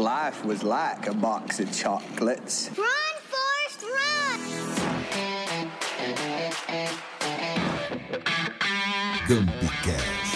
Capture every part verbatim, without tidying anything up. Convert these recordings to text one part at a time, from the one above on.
life was like a box of chocolates. Run, Forrest, run! GumpyCast.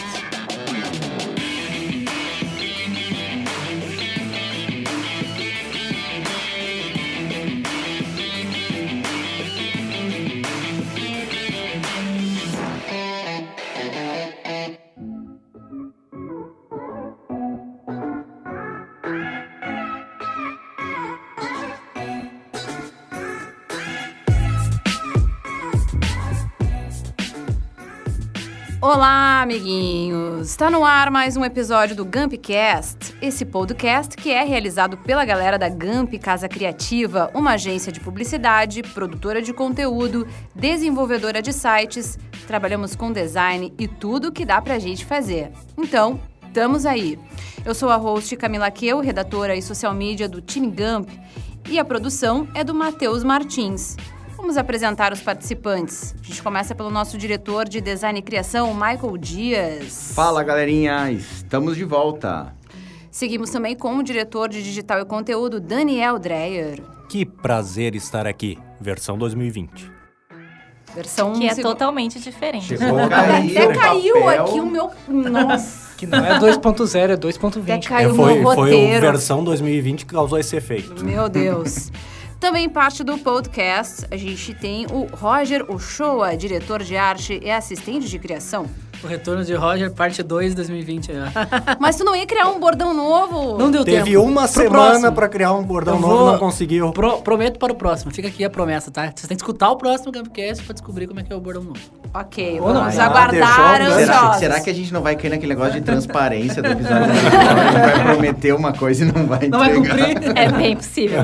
Olá, amiguinhos! Está no ar mais um episódio do GumpyCast, esse podcast que é realizado pela galera da Gump Casa Criativa, uma agência de publicidade, produtora de conteúdo, desenvolvedora de sites, trabalhamos com design e tudo que dá pra gente fazer. Então, estamos aí! Eu sou a host Camila Queu, redatora e social media do time Gump, e a produção é do Matheus Martins. Vamos apresentar os participantes. A gente começa pelo nosso diretor de design e criação, Michael Dias. Fala, galerinha! Estamos de volta. Seguimos também com o diretor de digital e conteúdo, Daniel Dreyer. Que prazer estar aqui, versão dois mil e vinte. Versão... Que é seg... totalmente diferente. Chegou a cair Até caiu papel. aqui o meu... Nossa! Que não é dois ponto zero, é dois ponto vinte. Até caiu é, o foi, meu foi roteiro. a versão dois mil e vinte que causou esse efeito. Meu Deus! Também parte do podcast, a gente tem o Roger Ochoa, diretor de arte e assistente de criação. O retorno de Roger, parte dois, dois mil e vinte. É. Mas tu não ia criar um bordão novo? Não deu Teve tempo. Teve uma Pro semana próximo. pra criar um bordão Eu novo vou- e não conseguiu. Pro- prometo para o próximo. Fica aqui a promessa, tá? Você tem que escutar o próximo Gumpcast pra descobrir como é que é o bordão novo. Ok, Ou não. vamos Ah, aguardar deixou- Será, ansiosos. será que a gente não vai cair naquele negócio de transparência do episódio anterior? A gente vai prometer uma coisa e não vai entregar. Não vai cumprir? É bem possível.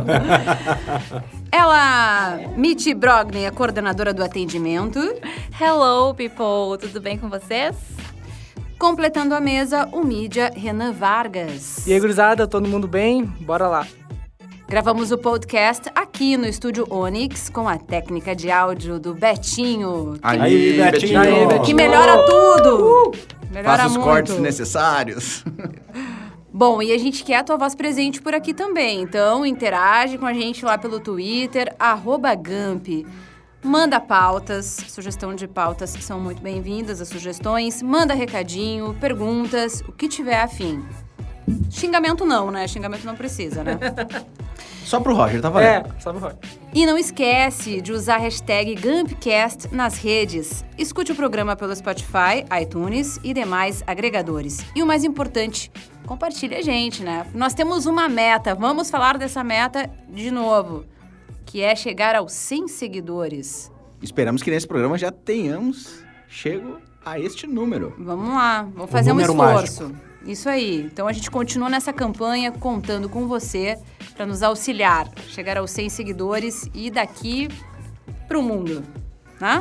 Ela, Mitty Brogni, a coordenadora do atendimento. Hello, people! Tudo bem com vocês? Completando a mesa, o mídia Renan Vargas. E aí, gurizada, todo mundo bem? Bora lá. Gravamos o podcast aqui no estúdio Onyx com a técnica de áudio do Betinho, Aí, Aí, Betinho. Aí, Betinho. que melhora tudo. Melhora Faça os muito. cortes necessários. Bom, e a gente quer a tua voz presente por aqui também. Então, interage com a gente lá pelo Twitter, arroba Gump. Manda pautas, sugestão de pautas são muito bem-vindas, as sugestões. Manda recadinho, perguntas, o que tiver afim. Xingamento não, né? Xingamento não precisa, né? Só pro Roger, tá É, valendo? sabe o Roger. E não esquece de usar a hashtag GumpCast nas redes. Escute o programa pelo Spotify, iTunes e demais agregadores. E o mais importante, compartilhe a gente, né? Nós temos uma meta, vamos falar dessa meta de novo, que é chegar aos cem seguidores. Esperamos que nesse programa já tenhamos chego a este número. Vamos lá, vamos fazer um número esforço. Isso aí. Então a gente continua nessa campanha contando com você para nos auxiliar, chegar aos cem seguidores e daqui pro mundo, né?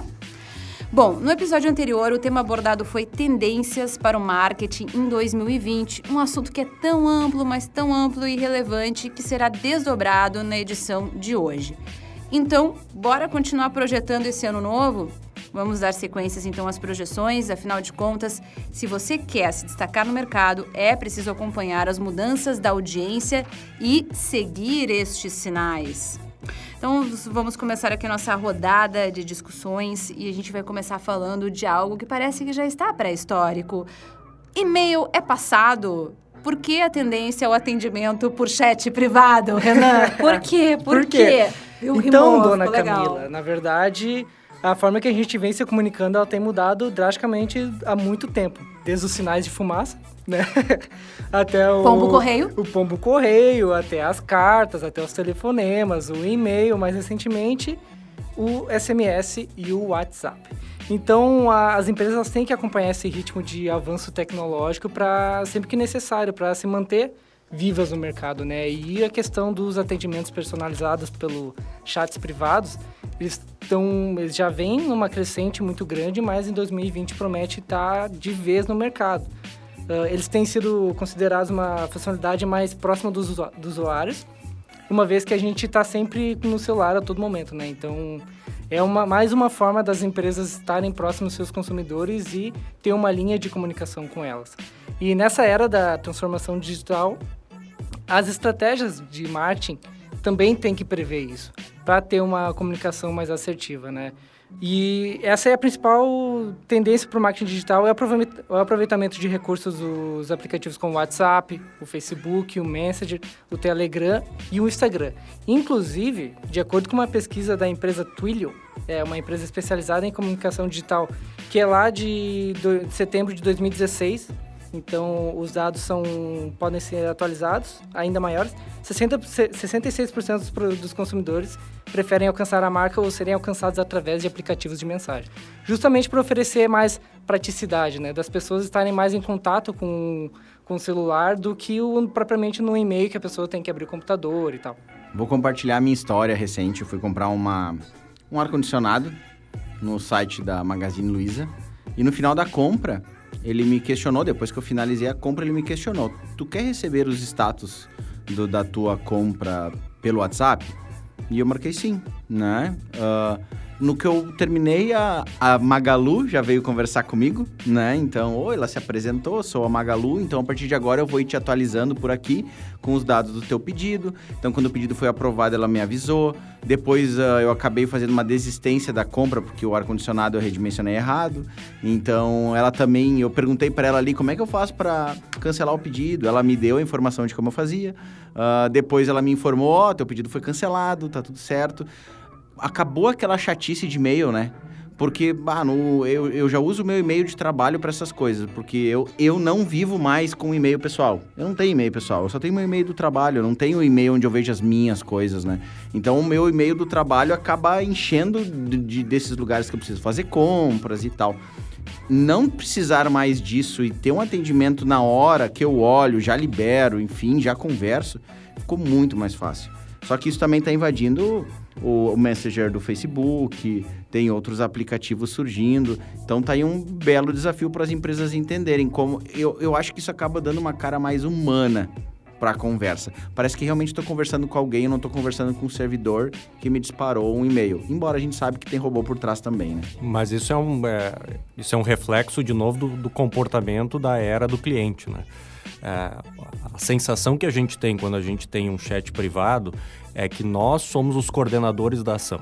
Bom, no episódio anterior, o tema abordado foi tendências para o marketing em dois mil e vinte, um assunto que é tão amplo, mas tão amplo e relevante que será desdobrado na edição de hoje. Então, bora continuar projetando esse ano novo? Vamos dar sequências, então, às projeções. Afinal de contas, se você quer se destacar no mercado, é preciso acompanhar as mudanças da audiência e seguir estes sinais. Então, vamos começar aqui a nossa rodada de discussões e a gente vai começar falando de algo que parece que já está pré-histórico. E-mail é passado? Por que a tendência é o atendimento por chat privado, Renan? Por quê? Por, Por quê? quê? Eu Então, rimou, dona ficou legal. Camila, na verdade, a forma que a gente vem se comunicando, ela tem mudado drasticamente há muito tempo. Desde os sinais de fumaça, né? Até o... Pombo correio. O pombo correio, até as cartas, até os telefonemas, o e-mail, mais recentemente, o S M S e o WhatsApp. Então, a, as empresas elas têm que acompanhar esse ritmo de avanço tecnológico para sempre que necessário, para se manter vivas no mercado, né? E a questão dos atendimentos personalizados pelo chats privados, eles, tão, eles já vêm numa crescente muito grande, mas em dois mil e vinte promete estar de vez no mercado. Uh, eles têm sido considerados uma funcionalidade mais próxima dos, usu- dos usuários, uma vez que a gente está sempre no celular a todo momento, né? Então, é uma, mais uma forma das empresas estarem próximas dos seus consumidores e ter uma linha de comunicação com elas. E nessa era da transformação digital, as estratégias de marketing também têm que prever isso, para ter uma comunicação mais assertiva, né? E essa é a principal tendência para o marketing digital, é o aproveitamento de recursos dos aplicativos como o WhatsApp, o Facebook, o Messenger, o Telegram e o Instagram. Inclusive, de acordo com uma pesquisa da empresa Twilio, é uma empresa especializada em comunicação digital, que é lá de, do, de setembro de dois mil e dezesseis, então os dados são, podem ser atualizados, ainda maiores, sessenta, sessenta e seis por cento dos, dos consumidores preferem alcançar a marca ou serem alcançados através de aplicativos de mensagem. Justamente para oferecer mais praticidade, né? Das pessoas estarem mais em contato com, com o celular do que o, propriamente no e-mail que a pessoa tem que abrir o computador e tal. Vou compartilhar a minha história recente. Eu fui comprar uma, um ar-condicionado no site da Magazine Luiza e no final da compra ele me questionou, depois que eu finalizei a compra, ele me questionou: tu quer receber os status do, da tua compra pelo WhatsApp? E eu marquei sim, né? Uh, no que eu terminei, a, a Magalu já veio conversar comigo, né? Então, oi, ela se apresentou, sou a Magalu, então a partir de agora eu vou ir te atualizando por aqui com os dados do teu pedido. Então, quando o pedido foi aprovado, ela me avisou. Depois, uh, eu acabei fazendo uma desistência da compra, porque o ar-condicionado eu redimensionei errado. Então, ela também, eu perguntei para ela ali como é que eu faço para cancelar o pedido. Ela me deu a informação de como eu fazia. Uh, depois, ela me informou, ó, oh, teu pedido foi cancelado, tá tudo certo. Acabou aquela chatice de e-mail, né? Porque, ah, no, eu, eu já uso o meu e-mail de trabalho para essas coisas, porque eu, eu não vivo mais com e-mail pessoal. Eu não tenho e-mail pessoal, eu só tenho meu e-mail do trabalho, eu não tenho e-mail onde eu vejo as minhas coisas, né? Então, o meu e-mail do trabalho acaba enchendo de, de, desses lugares que eu preciso fazer compras e tal. Não precisar mais disso e ter um atendimento na hora que eu olho, já libero, enfim, já converso, ficou muito mais fácil. Só que isso também está invadindo o, o Messenger do Facebook, tem outros aplicativos surgindo. Então tá aí um belo desafio para as empresas entenderem como... Eu, eu acho que isso acaba dando uma cara mais humana para a conversa. Parece que realmente estou conversando com alguém, eu não estou conversando com um servidor que me disparou um e-mail. Embora a gente sabe que tem robô por trás também, né? Mas isso é um, é, isso é um reflexo, de novo, do, do comportamento da era do cliente, né? É, a sensação que a gente tem quando a gente tem um chat privado é que nós somos os coordenadores da ação.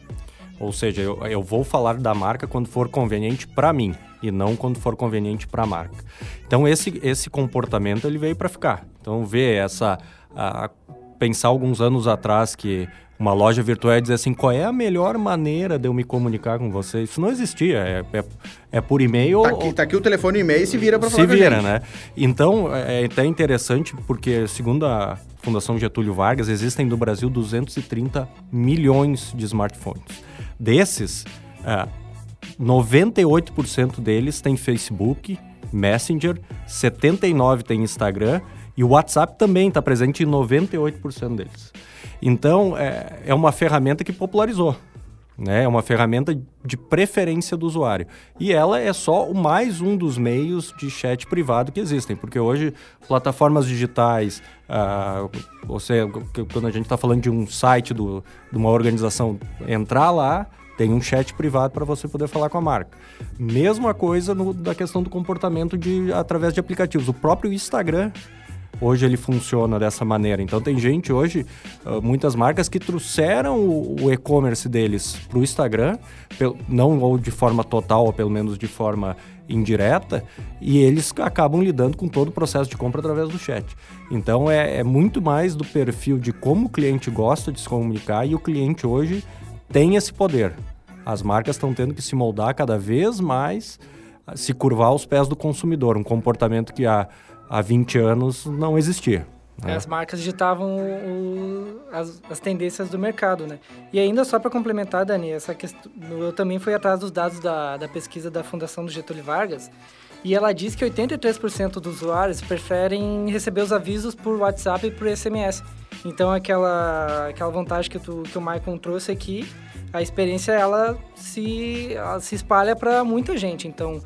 Ou seja, eu, eu vou falar da marca quando for conveniente para mim e não quando for conveniente para a marca. Então, esse, esse comportamento ele veio para ficar. Então, ver essa... A, a pensar alguns anos atrás que uma loja virtual ia dizer assim, qual é a melhor maneira de eu me comunicar com você? Isso não existia, é, é, é por e-mail... Tá aqui, tá aqui o telefone e e-mail e se vira para falar Se vira, com a gente. né? Então, é até interessante porque, segundo a Fundação Getúlio Vargas, existem no Brasil duzentos e trinta milhões de smartphones. Desses, é, noventa e oito por cento deles tem Facebook, Messenger, setenta e nove por cento tem Instagram e o WhatsApp também está presente em noventa e oito por cento deles. Então, é, é uma ferramenta que popularizou, né? É uma ferramenta de preferência do usuário. E ela é só mais um dos meios de chat privado que existem, porque hoje, plataformas digitais, ah, você, quando a gente está falando de um site, do, de uma organização, entrar lá, tem um chat privado para você poder falar com a marca. Mesma coisa no, da questão do comportamento de, através de aplicativos. O próprio Instagram... Hoje ele funciona dessa maneira. Então tem gente hoje, muitas marcas que trouxeram o, o e-commerce deles para o Instagram, não ou de forma total, ou pelo menos de forma indireta, e eles acabam lidando com todo o processo de compra através do chat. Então é, é muito mais do perfil de como o cliente gosta de se comunicar, e o cliente hoje tem esse poder. As marcas estão tendo que se moldar cada vez mais, se curvar aos pés do consumidor, um comportamento que há há vinte anos não existia. Né? As marcas ditavam o, as, as tendências do mercado, né? E ainda só para complementar, Dani, essa questão, eu também fui atrás dos dados da, da pesquisa da Fundação do Getúlio Vargas, e ela diz que oitenta e três por cento dos usuários preferem receber os avisos por WhatsApp e por S M S. Então, aquela, aquela vantagem que, tu, que o Maicon trouxe aqui, a experiência ela se, ela se espalha para muita gente. Então,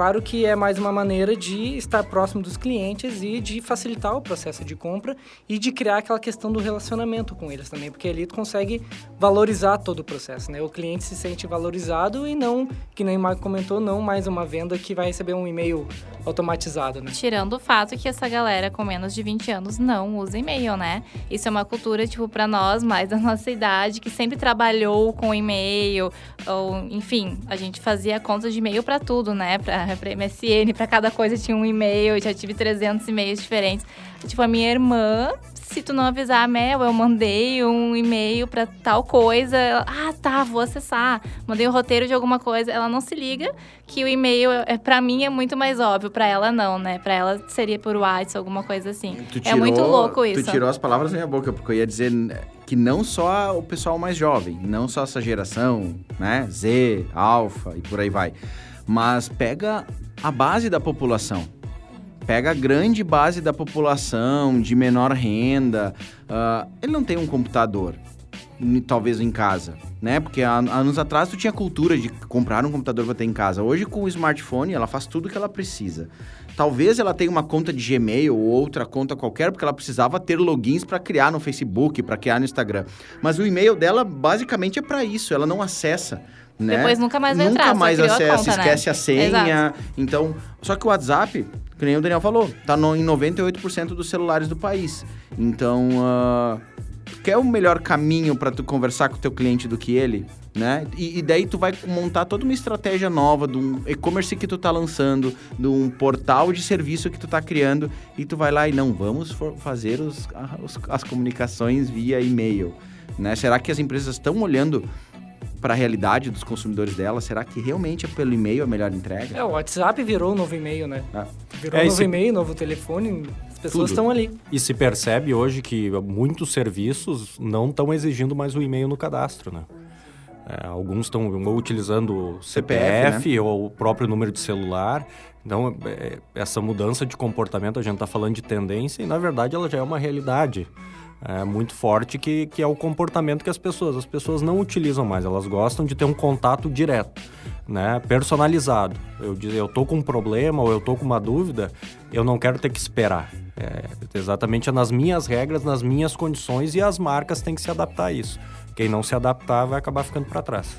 claro que é mais uma maneira de estar próximo dos clientes e de facilitar o processo de compra e de criar aquela questão do relacionamento com eles também, porque ali tu consegue valorizar todo o processo, né? O cliente se sente valorizado e não, que nem o Marco comentou, não mais uma venda que vai receber um e-mail automatizado, né? Tirando o fato que essa galera com menos de vinte anos não usa e-mail, né? Isso é uma cultura, tipo, pra nós, mais da nossa idade, que sempre trabalhou com e-mail, ou, enfim, a gente fazia conta de e-mail pra tudo, né? Pra, pra M S N, pra cada coisa tinha um e-mail, eu já tive trezentos e-mails diferentes. Tipo, a minha irmã, se tu não avisar, Mel, eu mandei um e-mail pra tal coisa, ela, ah, tá, vou acessar. Mandei o roteiro de alguma coisa, ela não se liga que o e-mail, é, pra mim, é muito mais óbvio, pra ela não, né? Pra ela seria por WhatsApp, alguma coisa assim. Tu tirou, é muito louco isso. Tu tirou as palavras da minha boca, porque eu ia dizer que não só o pessoal mais jovem, não só essa geração, né, Z, Alfa e por aí vai, mas pega a base da população. Pega a grande base da população, de menor renda. Uh, ele não tem um computador, talvez em casa, né? Porque há anos atrás tu tinha cultura de comprar um computador para ter em casa. Hoje, com o smartphone, ela faz tudo o que ela precisa. Talvez ela tenha uma conta de Gmail ou outra conta qualquer, porque ela precisava ter logins para criar no Facebook, para criar no Instagram. Mas o e-mail dela, basicamente, é para isso. Ela não acessa. Né? Depois nunca mais vai nunca entrar, mais só criou acessa, a conta, esquece né? a senha. Exato. Então, só que o WhatsApp, que nem o Daniel falou, tá no, em noventa e oito por cento dos celulares do país. Então, uh, quer o melhor caminho para tu conversar com o teu cliente do que ele, né? E, e daí tu vai montar toda uma estratégia nova de um e-commerce que tu tá lançando, de um portal de serviço que tu tá criando, e tu vai lá e não, vamos for fazer os, as, as comunicações via e-mail, né? Será que as empresas estão olhando para a realidade dos consumidores dela? Será que realmente é pelo e-mail a melhor entrega? É, o WhatsApp virou o novo e-mail, né? Ah. Virou É, novo esse... e-mail, novo telefone, as pessoas Tudo. estão ali. E se percebe hoje que muitos serviços não estão exigindo mais o e-mail no cadastro, né? É, alguns estão utilizando o C P F, C P F, né? Ou o próprio número de celular. Então, é, essa mudança de comportamento, a gente está falando de tendência e, na verdade, ela já é uma realidade é, muito forte, que, que é o comportamento que as pessoas... As pessoas não utilizam mais, elas gostam de ter um contato direto, né? Personalizado. Eu dizer, eu tô com um problema ou eu tô com uma dúvida, eu não quero ter que esperar. É, exatamente nas minhas regras, nas minhas condições, e as marcas têm que se adaptar a isso. Quem não se adaptar vai acabar ficando para trás.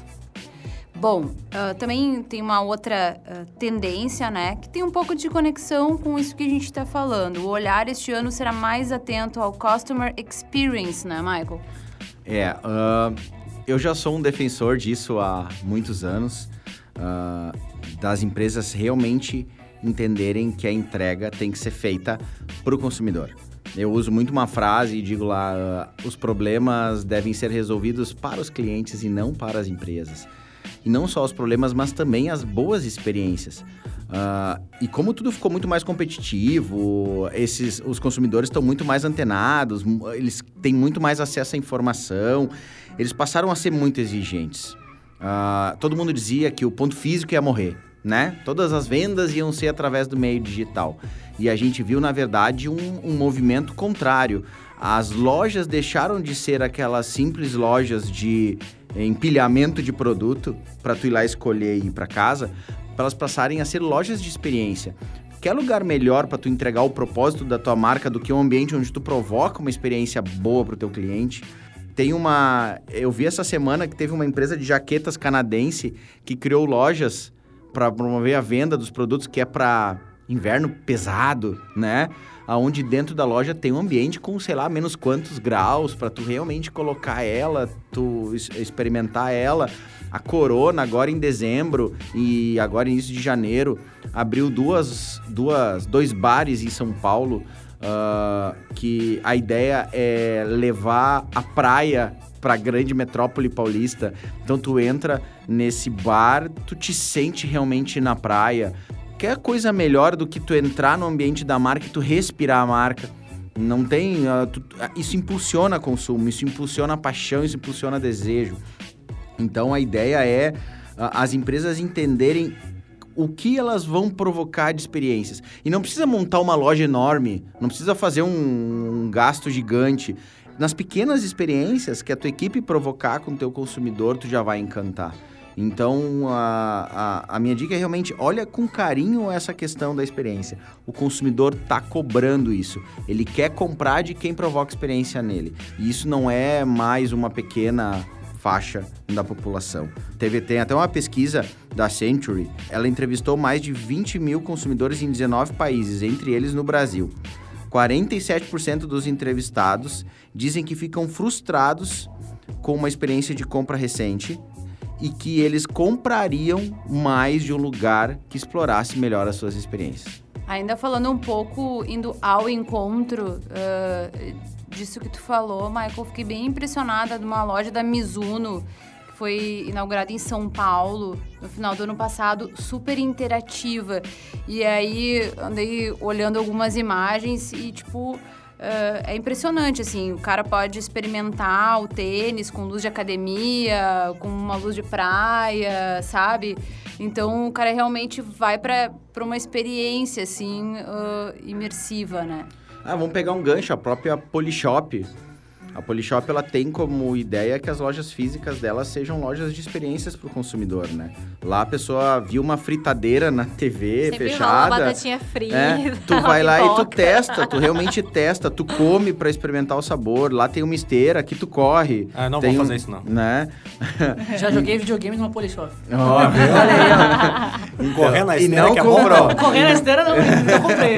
Bom, uh, também tem uma outra uh, tendência, né? Que tem um pouco de conexão com isso que a gente está falando. O olhar este ano será mais atento ao Customer Experience, né, Michael? É, uh, eu já sou um defensor disso há muitos anos, uh, das empresas realmente entenderem que a entrega tem que ser feita para o consumidor. Eu uso muito uma frase e digo lá, uh, os problemas devem ser resolvidos para os clientes e não para as empresas. E não só os problemas, mas também as boas experiências. Uh, e como tudo ficou muito mais competitivo, esses, os consumidores estão muito mais antenados, eles têm muito mais acesso à informação, eles passaram a ser muito exigentes. Uh, todo mundo dizia que o ponto físico ia morrer, né? Todas as vendas iam ser através do meio digital. E a gente viu, na verdade, um, um movimento contrário. As lojas deixaram de ser aquelas simples lojas de empilhamento de produto para tu ir lá escolher e ir para casa, para elas passarem a ser lojas de experiência. Quer lugar melhor para tu entregar o propósito da tua marca do que um ambiente onde tu provoca uma experiência boa para o teu cliente? Tem uma... Eu vi essa semana que teve uma empresa de jaquetas canadense que criou lojas para promover a venda dos produtos que é para inverno pesado, né? Onde dentro da loja tem um ambiente com, sei lá, menos quantos graus, para tu realmente colocar ela, tu experimentar ela. A Corona, agora em dezembro e agora início de janeiro, abriu duas, duas, dois bares em São Paulo, uh, que a ideia é levar a praia para a grande metrópole paulista. Então tu entra nesse bar, tu te sente realmente na praia. Quer coisa melhor do que tu entrar no ambiente da marca e tu respirar a marca? Não tem... Uh, tu, isso impulsiona consumo, isso impulsiona paixão, isso impulsiona desejo. Então, a ideia é uh, as empresas entenderem o que elas vão provocar de experiências. E não precisa montar uma loja enorme, não precisa fazer um, um gasto gigante. Nas pequenas experiências que a tua equipe provocar com o teu consumidor, tu já vai encantar. Então, a, a, a minha dica é realmente, olha com carinho essa questão da experiência. O consumidor tá cobrando isso. Ele quer comprar de quem provoca experiência nele. E isso não é mais uma pequena faixa da população. Teve, tem até uma pesquisa da Century, ela entrevistou mais de vinte mil consumidores em dezenove países, entre eles no Brasil. quarenta e sete por cento dos entrevistados dizem que ficam frustrados com uma experiência de compra recente e que eles comprariam mais de um lugar que explorasse melhor as suas experiências. Ainda falando um pouco, indo ao encontro uh, disso que tu falou, Michael, fiquei bem impressionada de uma loja da Mizuno, que foi inaugurada em São Paulo no final do ano passado, super interativa. E aí, andei olhando algumas imagens e, tipo... Uh, é impressionante, assim, o cara pode experimentar o tênis com luz de academia, com uma luz de praia, sabe? Então, o cara realmente vai para uma experiência, assim, uh, imersiva, né? Ah, vamos pegar um gancho, a própria Polishop. A Polishop, ela tem como ideia que as lojas físicas dela sejam lojas de experiências para o consumidor, né? Lá a pessoa viu uma fritadeira na T V Sempre fechada. rola uma batatinha frita. É, tu vai lá e tu testa, tu realmente testa, tu come para experimentar o sabor. Lá tem uma esteira que tu corre. Ah, não tem vou um, fazer isso, não. Né? Já joguei videogame numa Polishop. Óbvio. Olha aí, ó. Correr na E esteira não que é comprou. bom. Correr na esteira não, não comprei.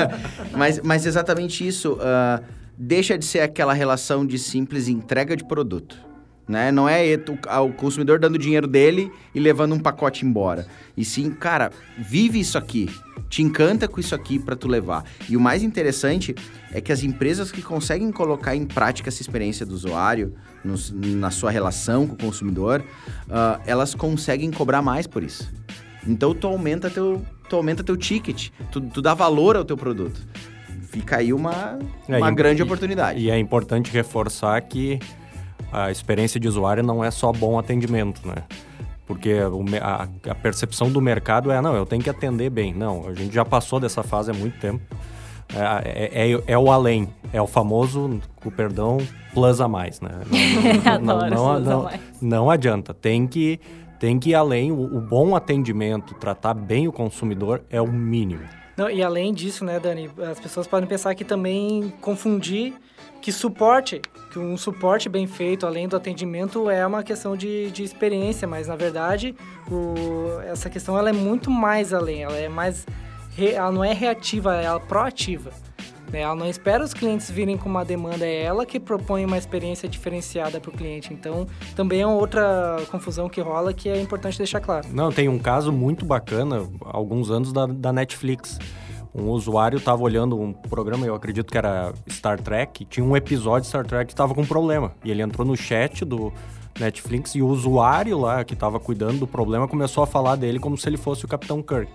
mas, mas exatamente isso. Uh, deixa de ser aquela relação de simples entrega de produto. Né? Não é o consumidor dando dinheiro dele e levando um pacote embora. E sim, cara, vive isso aqui. Te encanta com isso aqui para tu levar. E o mais interessante é que as empresas que conseguem colocar em prática essa experiência do usuário, no, na sua relação com o consumidor, uh, elas conseguem cobrar mais por isso. Então, tu aumenta teu, tu aumenta teu ticket, tu, tu dá valor ao teu produto. Fica aí uma, uma é, grande e, oportunidade. E é importante reforçar que a experiência de usuário não é só bom atendimento, né? Porque o, a, a percepção do mercado é, não, eu tenho que atender bem. Não, a gente já passou dessa fase há muito tempo. É, é, é, é o além, é o famoso, com perdão, plus a mais, né? Não, não, não, não, não, não adianta, tem que, tem que ir além. O, o bom atendimento, tratar bem o consumidor é o mínimo. Não, e além disso, né, Dani, as pessoas podem pensar que também confundir que suporte, que um suporte bem feito, além do atendimento, é uma questão de, de experiência, mas, na verdade, o, essa questão ela é muito mais além, ela é mais, re, ela não é reativa, ela é proativa. Né? Ela não espera os clientes virem com uma demanda, é ela que propõe uma experiência diferenciada para o cliente. Então, também é outra confusão que rola que é importante deixar claro. Não, tem um caso muito bacana, há alguns anos, da, da Netflix. Um usuário estava olhando um programa, eu acredito que era Star Trek, tinha um episódio de Star Trek que estava com um problema. E ele entrou no chat do Netflix e o usuário lá, que estava cuidando do problema, começou a falar dele como se ele fosse o Capitão Kirk.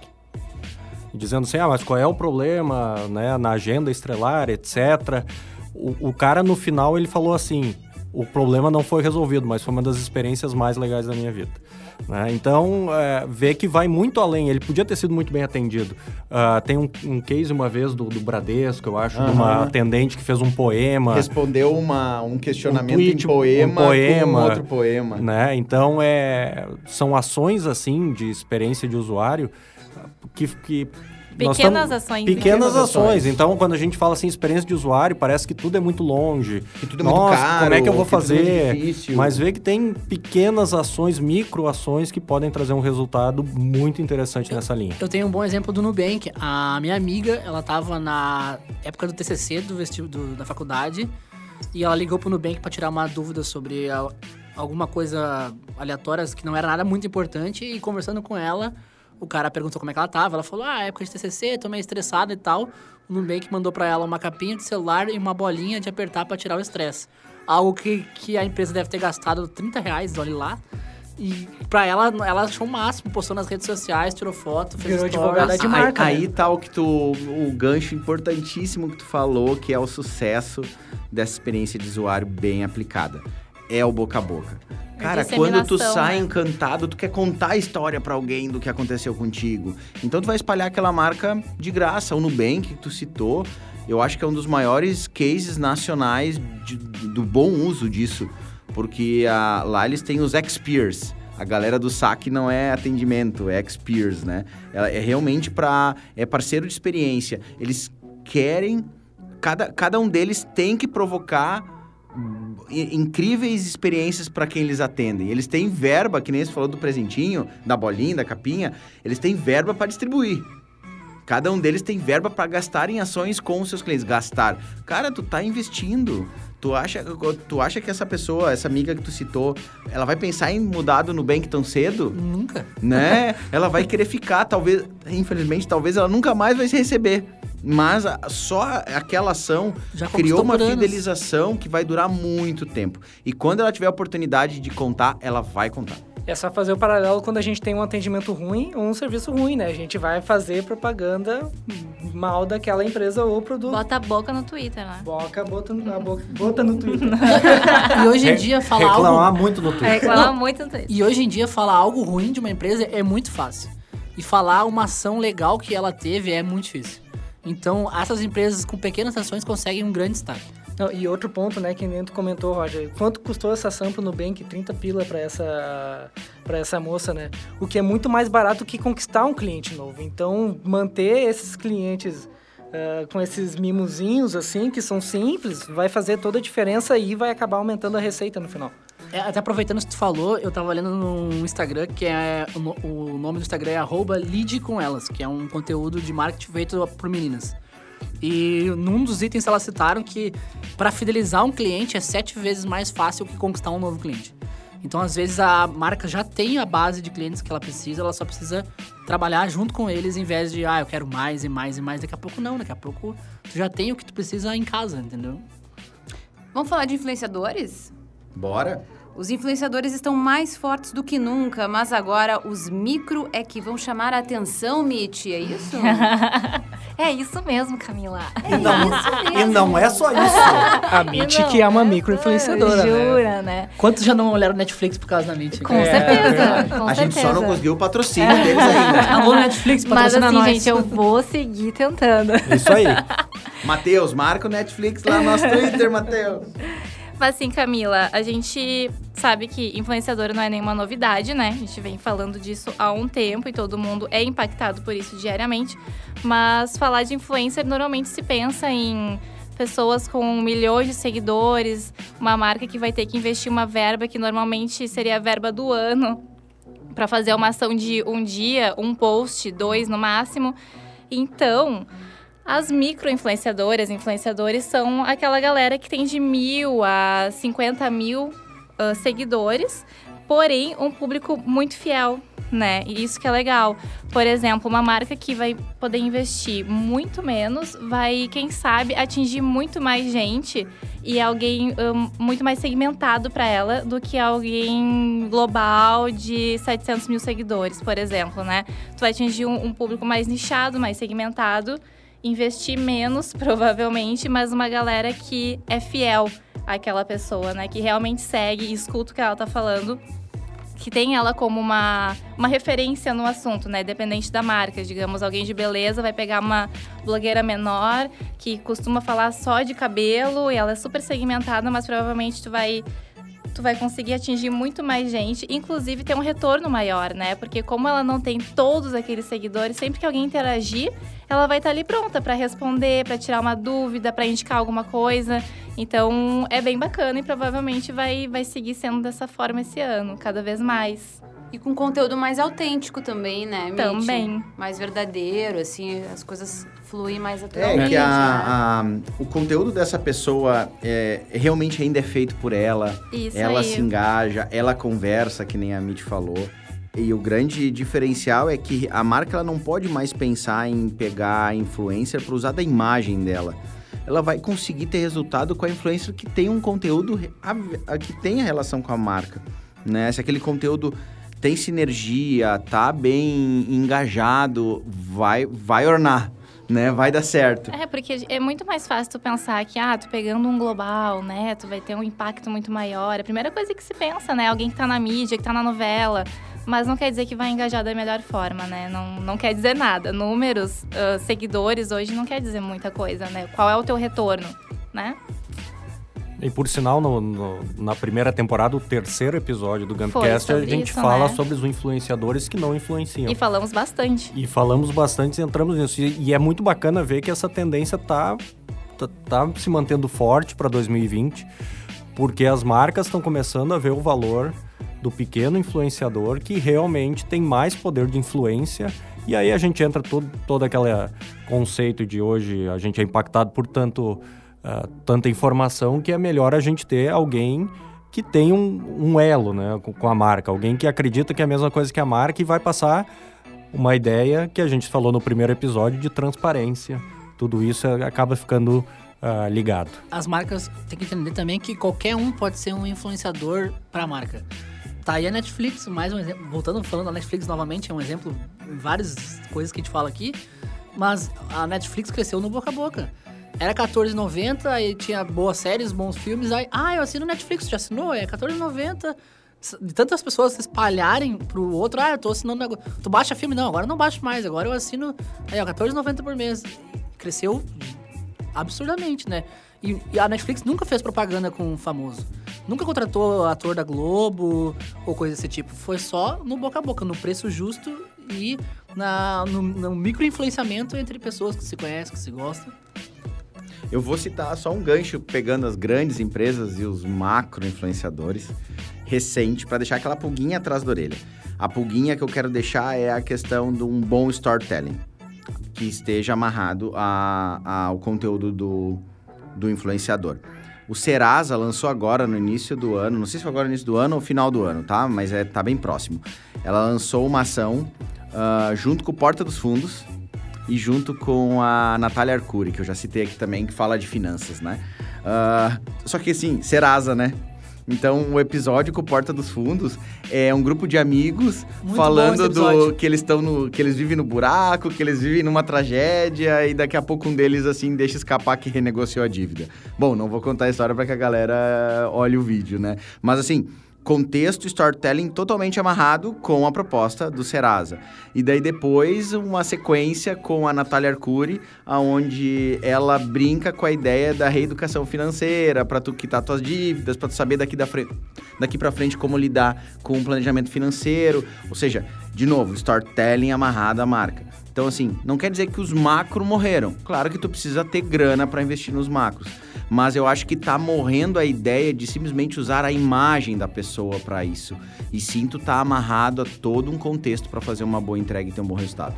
Dizendo assim, ah, mas qual é o problema, né, na agenda estelar, etcétera. O, o cara, no final, ele falou assim, o problema não foi resolvido, mas foi uma das experiências mais legais da minha vida. Né? Então, é, vê que vai muito além. Ele podia ter sido muito bem atendido. Uh, tem um, um case uma vez do, do Bradesco, eu acho, uhum. de uma atendente que fez um poema. Respondeu uma, um questionamento um tweet, em poema, um poema com outro poema. Né? Então, é, são ações assim de experiência de usuário que... que Pequenas tamo, ações. Pequenas, pequenas ações. ações. Então, quando a gente fala assim, experiência de usuário, parece que tudo é muito longe. Que tudo é Nossa, muito caro. Como é que eu vou que fazer? Tudo é difícil. Mas vê que tem pequenas ações, micro ações que podem trazer um resultado muito interessante eu, nessa linha. Eu tenho um bom exemplo do Nubank. A minha amiga, ela estava na época do T C C do vestido do, da faculdade e ela ligou pro Nubank para tirar uma dúvida sobre a, alguma coisa aleatória que não era nada muito importante e conversando com ela, o cara perguntou como é que ela tava. Ela falou, ah, época de T C C, tô meio estressada e tal. O Nubank mandou pra ela uma capinha de celular e uma bolinha de apertar pra tirar o estresse. Algo que, que a empresa deve ter gastado trinta reais, olha lá. E pra ela, ela achou o máximo, postou nas redes sociais, tirou foto, fez Virou stories. advogada de marca. Aí, né? aí tá o, que tu, o gancho importantíssimo que tu falou, que é o sucesso dessa experiência de usuário bem aplicada. É o boca a boca. Cara, quando tu sai né? encantado, tu quer contar a história pra alguém do que aconteceu contigo. Então tu vai espalhar aquela marca de graça. O Nubank que tu citou, eu acho que é um dos maiores cases nacionais de, do bom uso disso. Porque a, lá eles têm os X-Peers, A galera do saque não é atendimento, é expeers, né? É, é realmente para é parceiro de experiência. Eles querem... Cada, cada um deles tem que provocar incríveis experiências para quem eles atendem. Eles têm verba, que nem você falou do presentinho, da bolinha, da capinha, eles têm verba para distribuir. Cada um deles tem verba para gastar em ações com os seus clientes. Gastar. Cara, tu tá investindo. Tu acha, tu acha que essa pessoa, essa amiga que tu citou, ela vai pensar em mudar do Nubank tão cedo? Nunca. Né? Ela vai querer ficar, talvez, infelizmente, talvez ela nunca mais vai se receber. Mas a, só aquela ação Já criou uma por anos. fidelização que vai durar muito tempo. E quando ela tiver a oportunidade de contar, ela vai contar. É só fazer o paralelo quando a gente tem um atendimento ruim ou um serviço ruim, né? A gente vai fazer propaganda mal daquela empresa ou produto. Bota a boca no Twitter, né? Boca, bota, a boca, bota no Twitter. E hoje em dia falar Reclamar algo... muito no Twitter. Reclama Não. muito no Twitter. E hoje em dia falar algo ruim de uma empresa é muito fácil. E falar uma ação legal que ela teve é muito difícil. Então, essas empresas com pequenas ações conseguem um grande destaque. Não, e outro ponto, né, que nem tu comentou, Roger, quanto custou essa sampa no Nubank? trinta pila para essa, para essa moça, né? O que é muito mais barato que conquistar um cliente novo. Então, manter esses clientes uh, com esses mimozinhos, assim, que são simples, vai fazer toda a diferença e vai acabar aumentando a receita no final. É, até aproveitando o que tu falou, eu tava lendo no Instagram, que é... O, no- o nome do Instagram é arroba lide com elas, que é um conteúdo de marketing feito por meninas. E num dos itens elas citaram que para fidelizar um cliente é sete vezes mais fácil que conquistar um novo cliente. Então, às vezes, a marca já tem a base de clientes que ela precisa, ela só precisa trabalhar junto com eles em vez de, ah, eu quero mais e mais e mais. Daqui a pouco não, daqui a pouco tu já tem o que tu precisa em casa, entendeu? Vamos falar de influenciadores? Bora? Os influenciadores estão mais fortes do que nunca, mas agora os micro é que vão chamar a atenção, Mitty, é isso? É isso mesmo, Camila. E não, e não é só isso. A Mitty, que é uma micro-influenciadora, né? Jura, né? Quantos já não olharam Netflix por causa da Mitty? Com certeza, com a gente certeza. só não conseguiu o patrocínio deles ainda. Alô, Netflix, Mas patrocina assim, nós. gente, eu vou seguir tentando. Isso aí. Matheus, marca o Netflix lá no nosso Twitter, Matheus. Mas assim, Camila, a gente sabe que influenciador não é nenhuma novidade, né? A gente vem falando disso há um tempo e todo mundo é impactado por isso diariamente. Mas falar de influencer, normalmente se pensa em pessoas com milhões de seguidores, uma marca que vai ter que investir uma verba que normalmente seria a verba do ano para fazer uma ação de um dia, um post, dois no máximo. Então, as micro-influenciadoras, influenciadores, são aquela galera que tem de mil a cinquenta mil uh, seguidores, porém um público muito fiel, né? E isso que é legal. Por exemplo, uma marca que vai poder investir muito menos, vai, quem sabe, atingir muito mais gente e alguém um, muito mais segmentado para ela do que alguém global de setecentos mil seguidores, por exemplo, né? Tu vai atingir um, um público mais nichado, mais segmentado, investir menos, provavelmente, mas uma galera que é fiel àquela pessoa, né? Que realmente segue e escuta o que ela tá falando, que tem ela como uma, uma referência no assunto, né? Dependente da marca. Digamos, alguém de beleza vai pegar uma blogueira menor que costuma falar só de cabelo e ela é super segmentada, mas provavelmente tu vai... tu vai conseguir atingir muito mais gente, inclusive ter um retorno maior, né? Porque como ela não tem todos aqueles seguidores, sempre que alguém interagir, ela vai estar ali pronta para responder, para tirar uma dúvida, para indicar alguma coisa. Então, é bem bacana e provavelmente vai, vai seguir sendo dessa forma esse ano, cada vez mais. E com conteúdo mais autêntico também, né, Mitty? Também. Mais verdadeiro, assim, as coisas fluem mais É naturalmente. que a, né? a- o conteúdo dessa pessoa é, realmente ainda é feito por ela. Isso Ela aí. se engaja, ela conversa, que nem a Mitty falou. E o grande diferencial é que a marca ela não pode mais pensar em pegar a influencer para usar da imagem dela. Ela vai conseguir ter resultado com a influencer que tem um conteúdo a- a- que tem a relação com a marca, né? Se aquele conteúdo tem sinergia, tá bem engajado, vai, vai ornar, né? Vai dar certo. É, porque é muito mais fácil tu pensar que, ah, tu pegando um global, né, tu vai ter um impacto muito maior. A primeira coisa que se pensa, né, alguém que tá na mídia, que tá na novela, mas não quer dizer que vai engajar da melhor forma, né, não, não quer dizer nada. Números, uh, seguidores hoje não quer dizer muita coisa, né, qual é o teu retorno, né? E por sinal, no, no, na primeira temporada, o terceiro episódio do Gumpcast, a gente isso, fala né? sobre os influenciadores que não influenciam. E falamos bastante. E falamos bastante, entramos nisso. E, e é muito bacana ver que essa tendência tá, tá, tá se mantendo forte para dois mil e vinte, porque as marcas estão começando a ver o valor do pequeno influenciador que realmente tem mais poder de influência. E aí a gente entra todo, todo aquele conceito de hoje, a gente é impactado por tanto, uh, tanta informação que é melhor a gente ter alguém que tem um, um elo, né, com, com a marca. Alguém que acredita que é a mesma coisa que a marca e vai passar uma ideia que a gente falou no primeiro episódio de transparência. Tudo isso acaba ficando uh, ligado. As marcas têm que entender também que qualquer um pode ser um influenciador para a marca. Tá aí a Netflix, mais um exemplo. Voltando, falando da Netflix novamente, é um exemplo em várias coisas que a gente fala aqui. Mas a Netflix cresceu no boca a boca. Era quatorze reais e noventa centavos, aí tinha boas séries, bons filmes. Aí, ah, eu assino Netflix, já assinou? É quatorze reais e noventa centavos. De tantas pessoas se espalharem pro outro, ah, eu tô assinando agora. Tu baixa filme? Não, agora eu não baixo mais, agora eu assino. Aí, ó, quatorze reais e noventa centavos por mês. Cresceu absurdamente, né? E, e a Netflix nunca fez propaganda com um famoso. Nunca contratou ator da Globo ou coisa desse tipo. Foi só no boca a boca, no preço justo e na, no, no micro-influenciamento entre pessoas que se conhecem, que se gostam. Eu vou citar só um gancho pegando as grandes empresas e os macro-influenciadores recente para deixar aquela pulguinha atrás da orelha. A pulguinha que eu quero deixar é a questão de um bom storytelling que esteja amarrado a, ao conteúdo do, do influenciador. O Serasa lançou agora no início do ano, não sei se foi agora no início do ano ou final do ano, tá? Mas é, tá bem próximo. Ela lançou uma ação uh, junto com o Porta dos Fundos e junto com a Natália Arcuri, que eu já citei aqui também, que fala de finanças, né? Uh, só que assim, Serasa, né? Então, o episódio com o Porta dos Fundos é um grupo de amigos Muito falando bom esse episódio. do que eles estão no que eles vivem no buraco, que eles vivem numa tragédia e daqui a pouco um deles assim deixa escapar que renegociou a dívida. Bom, não vou contar a história para que a galera olhe o vídeo, né? Mas assim, contexto, storytelling totalmente amarrado com a proposta do Serasa. E daí depois uma sequência com a Natália Arcuri, onde ela brinca com a ideia da reeducação financeira, para tu quitar tuas dívidas, para tu saber daqui, da frente, daqui para frente como lidar com o planejamento financeiro. Ou seja, de novo, storytelling amarrado à marca. Então assim, não quer dizer que os macros morreram. Claro que tu precisa ter grana para investir nos macros. Mas eu acho que tá morrendo a ideia de simplesmente usar a imagem da pessoa para isso. E sim, tu tá amarrado a todo um contexto para fazer uma boa entrega e ter um bom resultado.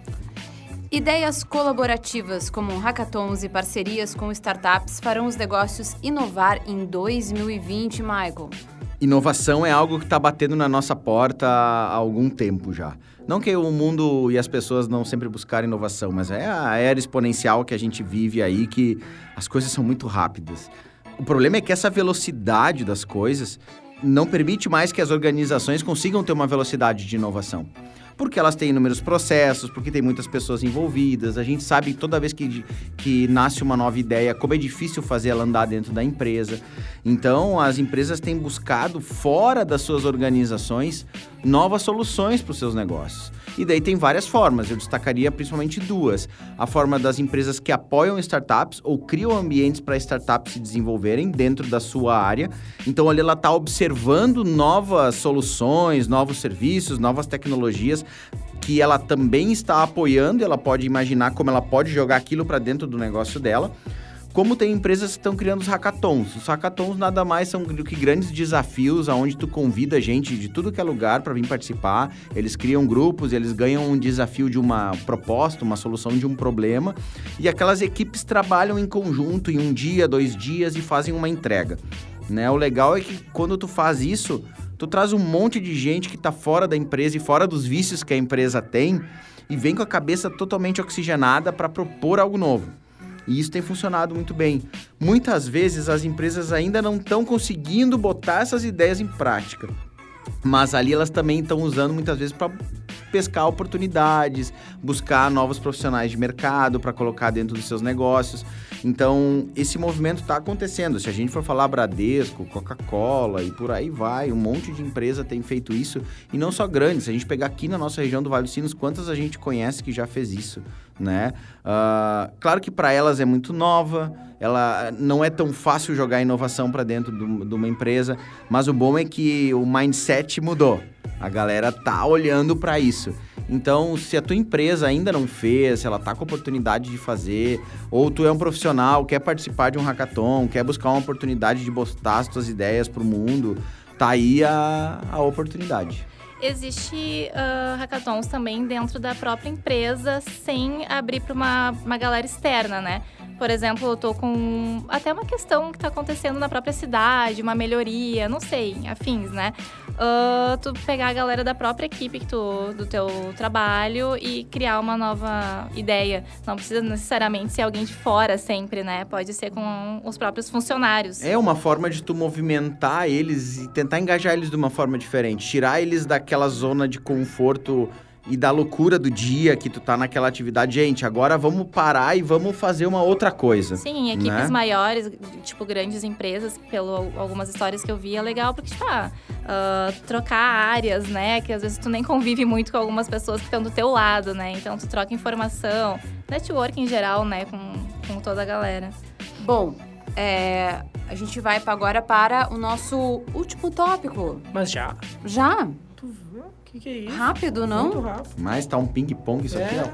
Ideias colaborativas como hackathons e parcerias com startups farão os negócios inovar em dois mil e vinte, Michael. Inovação é algo que está batendo na nossa porta há algum tempo já. Não que o mundo e as pessoas não sempre buscarem inovação, mas é a era exponencial que a gente vive aí, que as coisas são muito rápidas. O problema é que essa velocidade das coisas não permite mais que as organizações consigam ter uma velocidade de inovação. Porque elas têm inúmeros processos, porque tem muitas pessoas envolvidas. A gente sabe toda vez que, que nasce uma nova ideia, como é difícil fazer ela andar dentro da empresa. Então, as empresas têm buscado, fora das suas organizações, novas soluções para os seus negócios. E daí tem várias formas, eu destacaria principalmente duas. A forma das empresas que apoiam startups ou criam ambientes para startups se desenvolverem dentro da sua área. Então, ali ela está observando novas soluções, novos serviços, novas tecnologias que ela também está apoiando e ela pode imaginar como ela pode jogar aquilo para dentro do negócio dela. Como tem empresas que estão criando os hackathons. Os hackathons nada mais são do que grandes desafios onde tu convida gente de tudo que é lugar para vir participar. Eles criam grupos, eles ganham um desafio de uma proposta, uma solução de um problema. E aquelas equipes trabalham em conjunto em um dia, dois dias e fazem uma entrega. Né? O legal é que quando tu faz isso, tu traz um monte de gente que está fora da empresa e fora dos vícios que a empresa tem e vem com a cabeça totalmente oxigenada para propor algo novo. E isso tem funcionado muito bem. Muitas vezes as empresas ainda não estão conseguindo botar essas ideias em prática. Mas ali elas também estão usando muitas vezes para pescar oportunidades, buscar novos profissionais de mercado para colocar dentro dos seus negócios. Então, esse movimento está acontecendo. Se a gente for falar Bradesco, Coca-Cola e por aí vai, um monte de empresa tem feito isso. E não só grandes. Se a gente pegar aqui na nossa região do Vale dos Sinos, quantas a gente conhece que já fez isso? né? Uh, claro que para elas é muito nova, ela não é tão fácil jogar inovação para dentro do, de uma empresa, mas o bom é que o mindset mudou. A galera tá olhando para isso. Então, se a tua empresa ainda não fez, se ela tá com oportunidade de fazer, ou tu é um profissional, quer participar de um hackathon, quer buscar uma oportunidade de botar as tuas ideias pro mundo, tá aí a, a oportunidade. Existe uh, hackathons também dentro da própria empresa, sem abrir para uma, uma galera externa, né? Por exemplo, eu tô com até uma questão que tá acontecendo na própria cidade, uma melhoria, não sei, afins, né? Uh, tu pegar a galera da própria equipe que tu, do teu trabalho e criar uma nova ideia. Não precisa necessariamente ser alguém de fora sempre, né? Pode ser com os próprios funcionários. É uma forma de tu movimentar eles e tentar engajar eles de uma forma diferente. Tirar eles daquela zona de conforto e da loucura do dia que tu tá naquela atividade. Gente, agora vamos parar e vamos fazer uma outra coisa. Sim, equipes né? maiores, tipo grandes empresas, pelo algumas histórias que eu vi, é legal porque, tipo, ah, uh, trocar áreas, né? Que às vezes tu nem convive muito com algumas pessoas que estão do teu lado, né? Então tu troca informação, network em geral, né? Com, com toda a galera. Bom, é, a gente vai agora para o nosso último tópico. Mas já? Já? Tu viu? O que, que é isso? Rápido, não? Muito rápido. Mas tá um ping-pong isso É. aqui,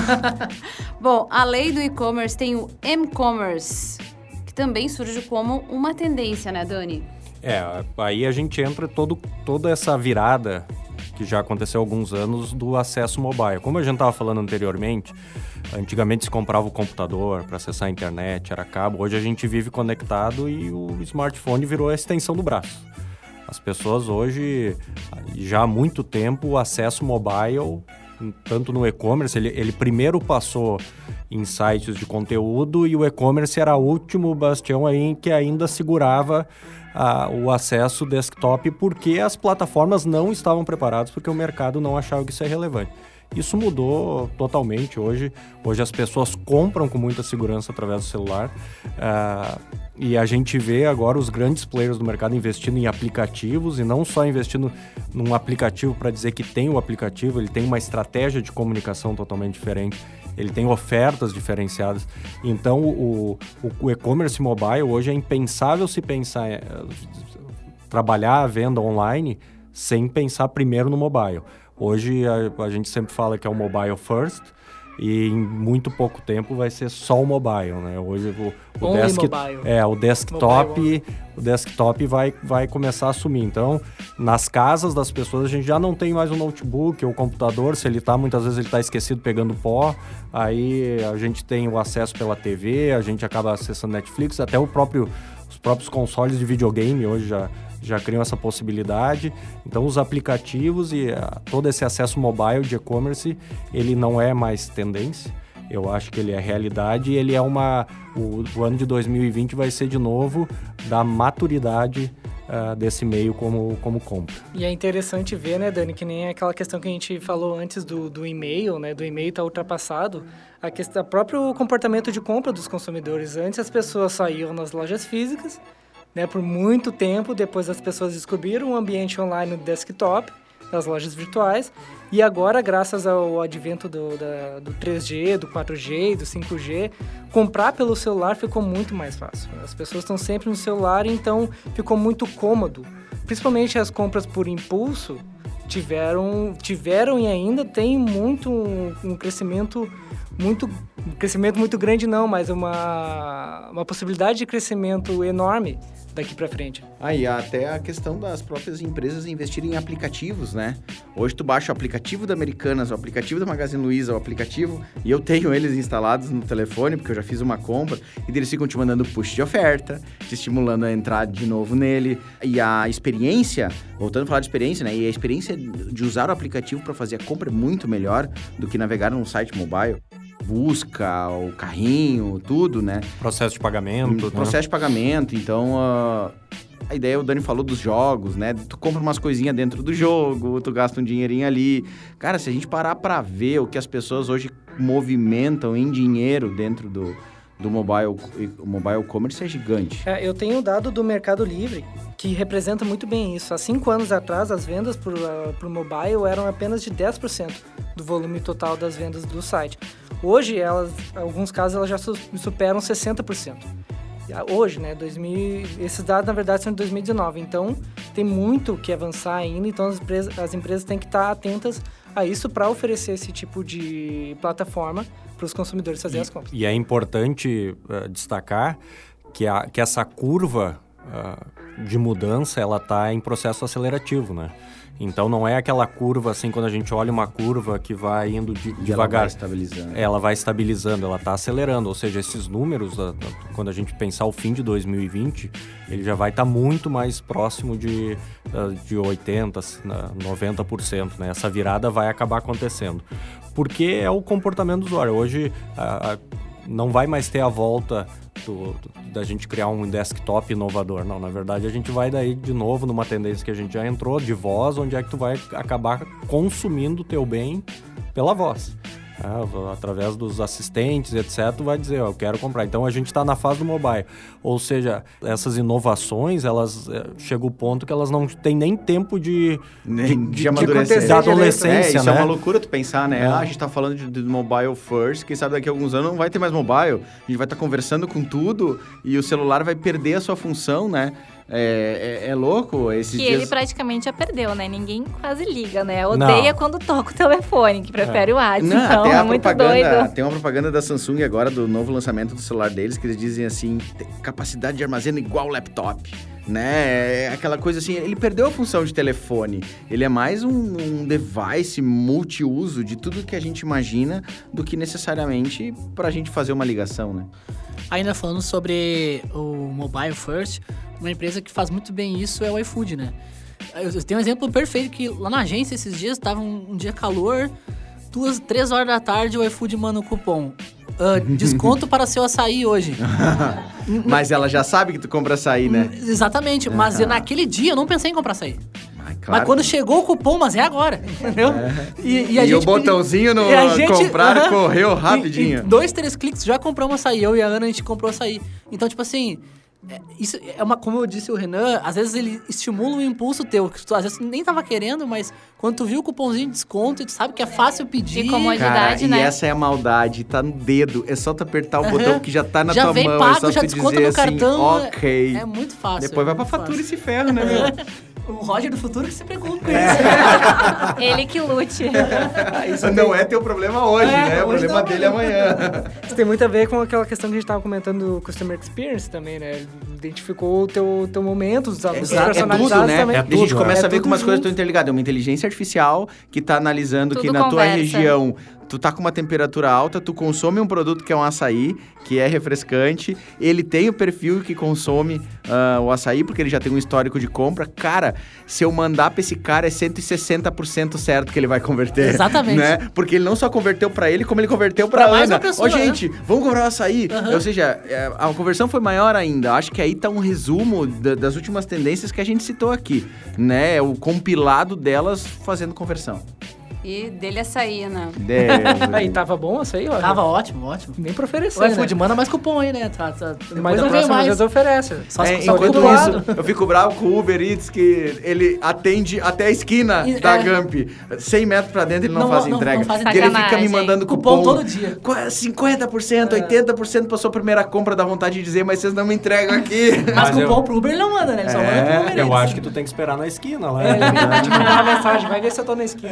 ó. Bom, além do e-commerce, tem o m-commerce, que também surge como uma tendência, né, Dani? É, aí a gente entra todo, toda essa virada que já aconteceu há alguns anos do acesso mobile. Como a gente estava falando anteriormente, antigamente se comprava o computador para acessar a internet, era cabo. Hoje a gente vive conectado e o smartphone virou a extensão do braço. As pessoas hoje, já há muito tempo, o acesso mobile, tanto no e-commerce, ele, ele primeiro passou em sites de conteúdo e o e-commerce era o último bastião aí em que ainda segurava a, o acesso desktop porque as plataformas não estavam preparadas, porque o mercado não achava que isso é relevante. Isso mudou totalmente hoje. Hoje as pessoas compram com muita segurança através do celular. Uh, e a gente vê agora os grandes players do mercado investindo em aplicativos e não só investindo num aplicativo para dizer que tem o aplicativo, ele tem uma estratégia de comunicação totalmente diferente, ele tem ofertas diferenciadas. Então o, o, o e-commerce mobile hoje é impensável se pensar em trabalhar a venda online sem pensar primeiro no mobile. Hoje a, a gente sempre fala que é o mobile first e em muito pouco tempo vai ser só o mobile, né? Hoje o, o, Only desk, mobile. é, o desktop, Mobile o desktop vai, vai começar a assumir. Então, nas casas das pessoas a gente já não tem mais o notebook ou o computador, se ele tá, muitas vezes ele está esquecido pegando pó, aí a gente tem o acesso pela T V, a gente acaba acessando Netflix, até o próprio, os próprios consoles de videogame hoje já já criam essa possibilidade. Então, os aplicativos e uh, todo esse acesso mobile de e-commerce, ele não é mais tendência. Eu acho que ele é realidade e ele é uma... O, o ano de dois mil e vinte vai ser, de novo, da maturidade uh, desse meio como, como compra. E é interessante ver, né, Dani, que nem aquela questão que a gente falou antes do, do e-mail, né, do e-mail tá ultrapassado, a questão, o próprio comportamento de compra dos consumidores. Antes as pessoas saíam nas lojas físicas, né, por muito tempo, depois as pessoas descobriram o ambiente online no desktop, das lojas virtuais, e agora, graças ao advento do, da, do três G, do quatro G e do cinco G, comprar pelo celular ficou muito mais fácil. As pessoas estão sempre no celular, então ficou muito cômodo. Principalmente as compras por impulso tiveram, tiveram e ainda tem muito um, um crescimento muito um crescimento muito grande não, mas uma, uma possibilidade de crescimento enorme daqui para frente. Aí ah, até a questão das próprias empresas investirem em aplicativos, né? Hoje tu baixa o aplicativo da Americanas, o aplicativo da Magazine Luiza, o aplicativo, e eu tenho eles instalados no telefone, porque eu já fiz uma compra, e eles ficam te mandando push de oferta, te estimulando a entrar de novo nele. E a experiência, voltando a falar de experiência, né? E a experiência de usar o aplicativo para fazer a compra é muito melhor do que navegar num site mobile. Busca, o carrinho, tudo, né? Processo de pagamento. Um, processo né? de pagamento, então uh, a ideia, o Dani falou dos jogos, né? Tu compra umas coisinhas dentro do jogo, tu gasta um dinheirinho ali. Cara, se a gente parar pra ver o que as pessoas hoje movimentam em dinheiro dentro do, do mobile, o mobile commerce é gigante. É, eu tenho um dado do Mercado Livre que representa muito bem isso. Há cinco anos atrás, as vendas por, uh, por mobile eram apenas de dez por cento do volume total das vendas do site. Hoje, elas, em alguns casos, elas já su- superam sessenta por cento. Hoje, né? dois mil, esses dados, na verdade, são de dois mil e dezenove. Então, tem muito que avançar ainda. Então, as empresas, as empresas têm que estar atentas a isso para oferecer esse tipo de plataforma para os consumidores fazer e, as compras. E é importante uh, destacar que, a, que essa curva uh, de mudança, ela está em processo acelerativo, né? Então, não é aquela curva, assim, quando a gente olha uma curva que vai indo de, E devagar. ela vai estabilizando. Ela vai estabilizando, ela está acelerando. Ou seja, esses números, da, da, quando a gente pensar o fim de dois mil e vinte, ele já vai estar tá muito mais próximo de, de oitenta por cento, noventa por cento, né? Essa virada vai acabar acontecendo. Porque é o comportamento do usuário. Hoje, a, a, não vai mais ter a volta do, do, da gente criar um desktop inovador. Não, na verdade, a gente vai daí de novo numa tendência que a gente já entrou, de voz, onde é que tu vai acabar consumindo o teu bem pela voz. É, através dos assistentes, etcétera, tu vai dizer, ó, eu quero comprar. Então, a gente está na fase do mobile. Ou seja, essas inovações, elas é, chega o ponto que elas não têm nem tempo de... Nem de, de amadurecer. de adolescência, é, isso né? é uma loucura tu pensar, né? É. Ah, a gente tá falando de, de mobile first, quem sabe daqui a alguns anos não vai ter mais mobile. A gente vai estar tá conversando com tudo e o celular vai perder a sua função, né? É, é, é louco esses Que dias... ele praticamente já perdeu, né? Ninguém quase liga, né? Odeia Não. quando toca o telefone, que prefere É. o WhatsApp. Não, Então, até é a muito propaganda, doido. tem uma propaganda da Samsung agora, do novo lançamento do celular deles, que eles dizem assim, tem capacidade de armazeno igual laptop, né? É aquela coisa assim, ele perdeu a função de telefone, ele é mais um, um device multiuso de tudo que a gente imagina do que necessariamente pra gente fazer uma ligação, né? Ainda falando sobre o Mobile First, uma empresa que faz muito bem isso é o iFood, né? Eu tenho um exemplo perfeito que lá na agência esses dias tava um, um dia calor, duas, três horas da tarde o iFood manda um cupom. Uh, desconto para seu açaí hoje. Mas ela já sabe que tu compra açaí, né? Exatamente, mas Ah. eu, naquele dia eu não pensei em comprar açaí. Ah, claro. Mas quando chegou o cupom, mas é agora, entendeu? E, E o botãozinho no e a gente- comprar aham. correu Em- rapidinho. Em dois, três cliques já compramos açaí. Eu e a Ana, a gente comprou açaí. Então, tipo assim, é, isso é uma, como eu disse o Renan, às vezes ele estimula um impulso teu, que tu às vezes nem tava querendo, mas quando tu viu o cupomzinho de desconto e tu sabe que é fácil pedir. E comodidade. Cara, Verdade, e né? essa é a maldade, tá no dedo. É só tu apertar o Aham. botão que já tá na já tua vem mão. pago, é só já tu desconta dizer no assim, cartão. ok. É, é muito fácil. Depois vai é pra muito fatura e fácil. se ferra, né, meu? O Roger do futuro que se preocupa com É. isso. Ele que lute. Isso não é teu problema hoje, É, né? É o hoje problema não, dele amanhã. Isso tem muito a ver com aquela questão que a gente estava comentando do Customer Experience também, né? Identificou o teu, teu momento, os anúncios É, é personalizados tudo, né? também. É E a gente tudo, começa é. a ver É como as tudo coisas junto. estão interligadas. É uma inteligência artificial que tá analisando Tudo que na tua conversa. região tu tá com uma temperatura alta, tu consome um produto que é um açaí, que é refrescante, ele tem o perfil que consome ah, o açaí, porque ele já tem um histórico de compra. Cara, se eu mandar pra esse cara, é cento e sessenta por cento certo que ele vai converter. Exatamente. Né? Porque ele não só converteu pra ele, como ele converteu pra, Pra mais Ana. uma pessoa, Ó, gente, vamos comprar o açaí. Aham. Ou seja, é, a conversão foi maior ainda. Acho que aí tá um resumo da- das últimas tendências que a gente citou aqui, né? É o compilado delas fazendo conversão. E dele açaí, né? Deus. Aí, tava bom isso aí, ó. Tava ótimo, ótimo. Nem pra oferecer, O iFood, né? manda mais cupom aí, né? Tá, tá. Depois Mas da não vem próxima mais. vez oferece. Só, É, só enquanto do lado. isso, eu fico bravo com o Uber Eats, que ele atende até a esquina E- da é. Gamp. cem metros pra dentro ele não, Não, faz não- entrega. não faz Porque ele fica me sacanagem. mandando Cupom cupom. todo dia. Qua- cinquenta por cento, É. oitenta por cento passou a primeira compra, dá vontade de dizer, mas vocês não me entregam aqui. Mas, Mas cupom eu- pro Uber ele não manda, né? Ele só É, manda pro Uber Eu Eats. acho que tu tem que esperar na esquina lá. É, ele vai te mandar uma mensagem, vai ver se eu tô na esquina.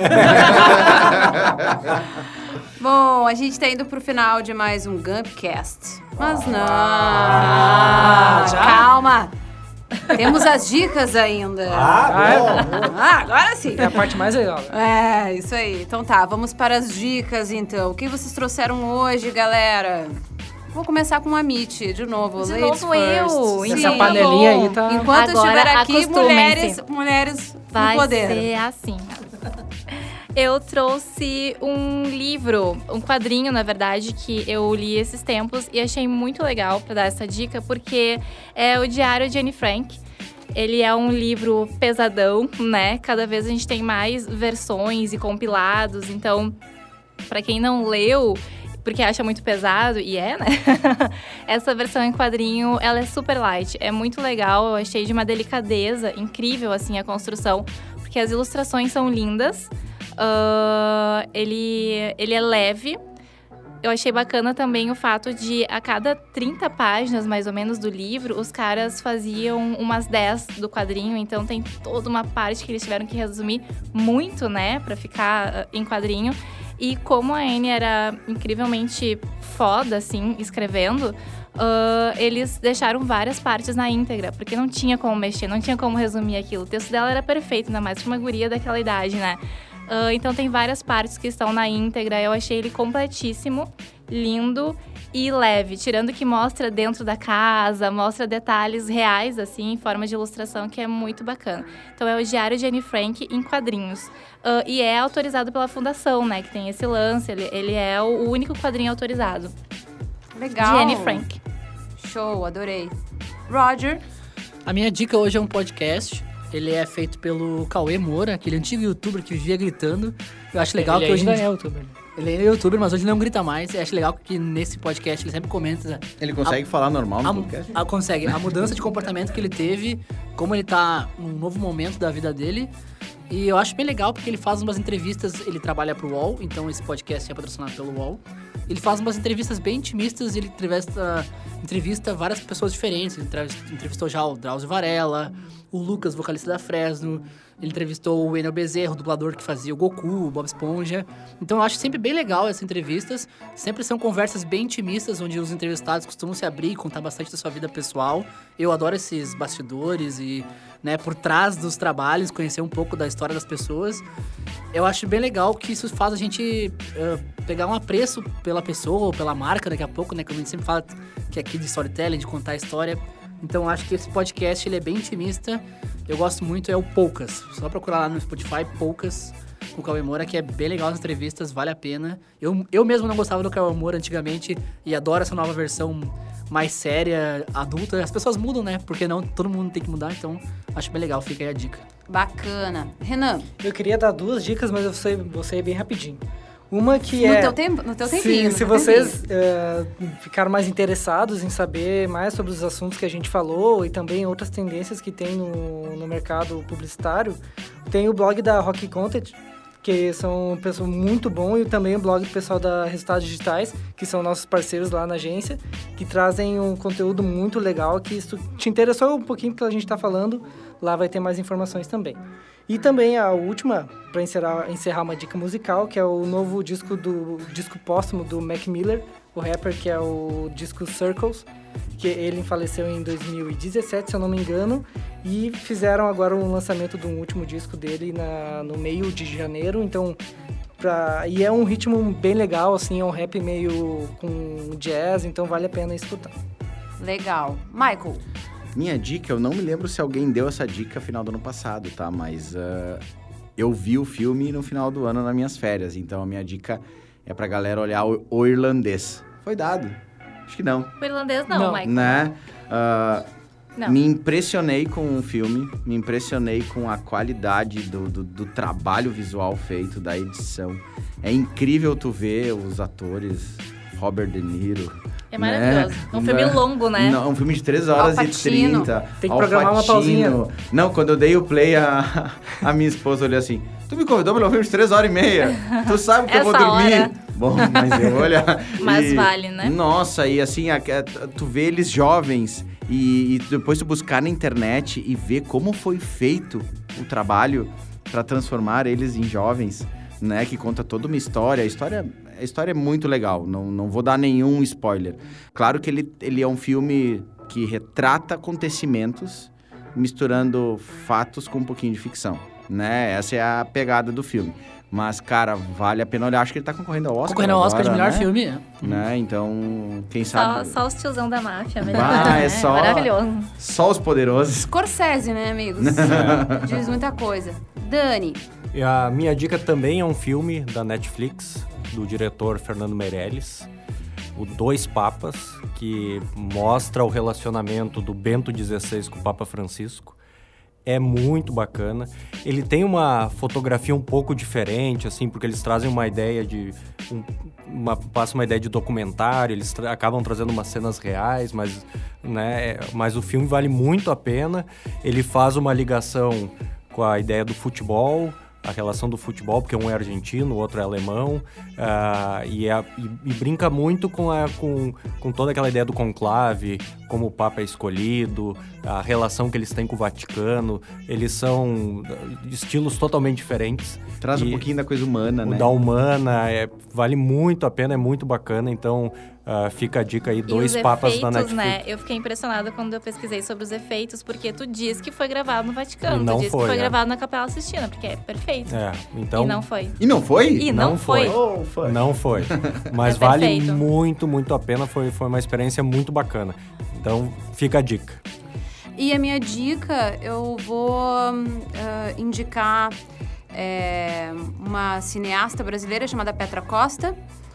Bom, a gente tá indo pro final de mais um Gumpcast. Mas não. Ah, já? Calma. Temos as dicas ainda. Ah, agora sim. É a parte mais legal. né? É, isso aí. Então tá, vamos para as dicas então. O que vocês trouxeram hoje, galera? Vou começar com a Mitty, de novo. De ladies novo first. eu. Sim. Essa panelinha aí tá... Enquanto eu Agora, estiver aqui, acostumem-se. mulheres, mulheres Vai no poder. ser assim. Eu trouxe um livro, um quadrinho, na verdade, que eu li esses tempos e achei muito legal pra dar essa dica, porque é o Diário de Anne Frank. Ele é um livro pesadão, né? Cada vez a gente tem mais versões e compilados, então, pra quem não leu, porque acha muito pesado, e é, né? Essa versão em quadrinho, ela é super light, é muito legal, eu achei de uma delicadeza incrível, assim, a construção, porque as ilustrações são lindas, uh, ele, ele é leve, eu achei bacana também o fato de, a cada trinta páginas, mais ou menos, do livro, os caras faziam umas dez do quadrinho. Então, tem toda uma parte que eles tiveram que resumir muito, né? Pra ficar uh, em quadrinho. E como a Anne era incrivelmente foda, assim, escrevendo... Uh, eles deixaram várias partes na íntegra, porque não tinha como mexer, não tinha como resumir aquilo. O texto dela era perfeito, ainda mais pra uma guria daquela idade, né? Uh, então tem várias partes que estão na íntegra. Eu achei ele completíssimo, lindo e leve. Tirando que mostra dentro da casa, mostra detalhes reais, assim, em forma de ilustração, que é muito bacana. Então é o Diário de Anne Frank em quadrinhos. Uh, e é autorizado pela Fundação, né? Que tem esse lance, ele, ele é o único quadrinho autorizado. Legal. De Anne Frank. Show, adorei. Roger? A minha dica hoje é um podcast. Ele é feito pelo Cauê Moura, aquele antigo youtuber que vivia gritando. Eu acho legal ele que hoje... ainda é youtuber. Ele é youtuber, mas hoje não grita mais. Eu acho legal que nesse podcast ele sempre comenta... Ele consegue a, falar normal no a, podcast? A, consegue. A mudança de comportamento que ele teve, como ele tá num novo momento da vida dele. E eu acho bem legal porque ele faz umas entrevistas, ele trabalha pro U O L, então esse podcast é patrocinado pelo U O L. Ele faz umas entrevistas bem intimistas e ele entrevista, entrevista várias pessoas diferentes. Ele entrevistou já o Drauzio Varela, o Lucas, vocalista da Fresno. Ele entrevistou o Enel Bezerra, o dublador que fazia o Goku, o Bob Esponja. Então eu acho sempre bem legal essas entrevistas. Sempre são conversas bem intimistas, onde os entrevistados costumam se abrir e contar bastante da sua vida pessoal. Eu adoro esses bastidores e, né, por trás dos trabalhos, conhecer um pouco da história das pessoas. Eu acho bem legal que isso faz a gente uh, pegar um apreço pela pessoa ou pela marca daqui a pouco, né? Como a gente sempre fala que é aqui de storytelling, de contar a história. Então eu acho que esse podcast ele é bem intimista. Eu gosto muito, é o Poucas. Só procurar lá no Spotify, Poucas, com o Cauê Moura, que é bem legal as entrevistas, vale a pena. Eu, eu mesmo não gostava do Cauê Moura antigamente e adoro essa nova versão mais séria, adulta. As pessoas mudam, né? Porque não, todo mundo tem que mudar, então acho bem legal, fica aí a dica. Bacana. Renan? Eu queria dar duas dicas, mas eu sei, vou ser bem rapidinho. Uma que no é... Teu tempo, no teu tempinho. Se, se no vocês uh, ficaram mais interessados em saber mais sobre os assuntos que a gente falou e também outras tendências que tem no, no mercado publicitário, tem o blog da Rock Content, que são um pessoal muito bom, e também o blog do pessoal da Resultados Digitais, que são nossos parceiros lá na agência, que trazem um conteúdo muito legal, que se te interessou um pouquinho do que a gente está falando, lá vai ter mais informações também. E também a última, para encerrar, encerrar uma dica musical, que é o novo disco do disco póstumo do Mac Miller, o rapper, que é o disco Circles, que ele faleceu em dois mil e dezessete, se eu não me engano, e fizeram agora o lançamento do último disco dele na, no meio de janeiro, então... Pra, e é um ritmo bem legal, assim, é um rap meio com jazz, então vale a pena escutar. Legal. Michael? Minha dica, eu não me lembro se alguém deu essa dica no final do ano passado, tá? Mas uh, eu vi o filme no final do ano nas minhas férias. Então, a minha dica é pra galera olhar o, o Irlandês. Foi dado? Acho que não. O irlandês não, Não. Michael. Né? Uh, Não. Me impressionei com o filme. Me impressionei com a qualidade do, do, do trabalho visual feito, da edição. É incrível tu ver os atores... Robert De Niro. É maravilhoso. Né? É um filme longo, né? Não, é um filme de três horas Al e Pacino. trinta. Tem que Al programar uma Pacino. pausinha. Não, quando eu dei o play, a, a minha esposa olhou assim, tu me convidou pra um filme de três horas e meia. Tu sabe que eu vou Essa dormir. hora. Bom, mas eu vou olhar. Mas e, vale, né? Nossa, e assim, a, a, tu vê eles jovens e, e depois tu buscar na internet e ver como foi feito o trabalho pra transformar eles em jovens, né? Que conta toda uma história. A história... A história é muito legal, não, não vou dar nenhum spoiler. Claro que ele, ele é um filme que retrata acontecimentos, misturando fatos com um pouquinho de ficção, né? Essa é a pegada do filme. Mas, cara, vale a pena olhar. Acho que ele tá concorrendo ao Oscar Concorrendo ao Oscar de agora, melhor né? filme. é. Né? Então, quem Só, sabe... só os tiozão da máfia, melhor, Ah, né? é só- Maravilhoso. Só os poderosos. Scorsese, né, amigos? Diz muita coisa. Dani? E a minha dica também é um filme da Netflix, do diretor Fernando Meirelles, o Dois Papas, que mostra o relacionamento do Bento dezesseis com o Papa Francisco. É muito bacana. Ele tem uma fotografia um pouco diferente, assim, porque eles trazem uma ideia de... Um, uma, passa uma ideia de documentário, eles tra- acabam trazendo umas cenas reais, mas, né, é- mas o filme vale muito a pena. Ele faz uma ligação com a ideia do futebol, a relação do futebol, porque um é argentino, o outro é alemão, uh, e, é, e, e brinca muito com, a, com, com toda aquela ideia do conclave, como o Papa é escolhido, a relação que eles têm com o Vaticano. Eles são estilos totalmente diferentes. Traz um pouquinho da coisa humana, o né? Da humana, é, vale muito a pena, é muito bacana, então uh, fica a dica aí, dois e os papas efeitos, da Netflix. Né? Eu fiquei impressionada quando eu pesquisei sobre os efeitos, porque tu diz que foi gravado no Vaticano, E não tu diz foi, que foi é. gravado na Capela Sistina, porque é perfeito. É, então... E não foi. E não foi? E não, Não foi. foi. Oh, fuck. Não foi. Mas É vale perfeito. muito, muito a pena. Foi, foi uma experiência muito bacana. Então, fica a dica. E a minha dica, eu vou uh, indicar é, uma cineasta brasileira chamada Petra Costa.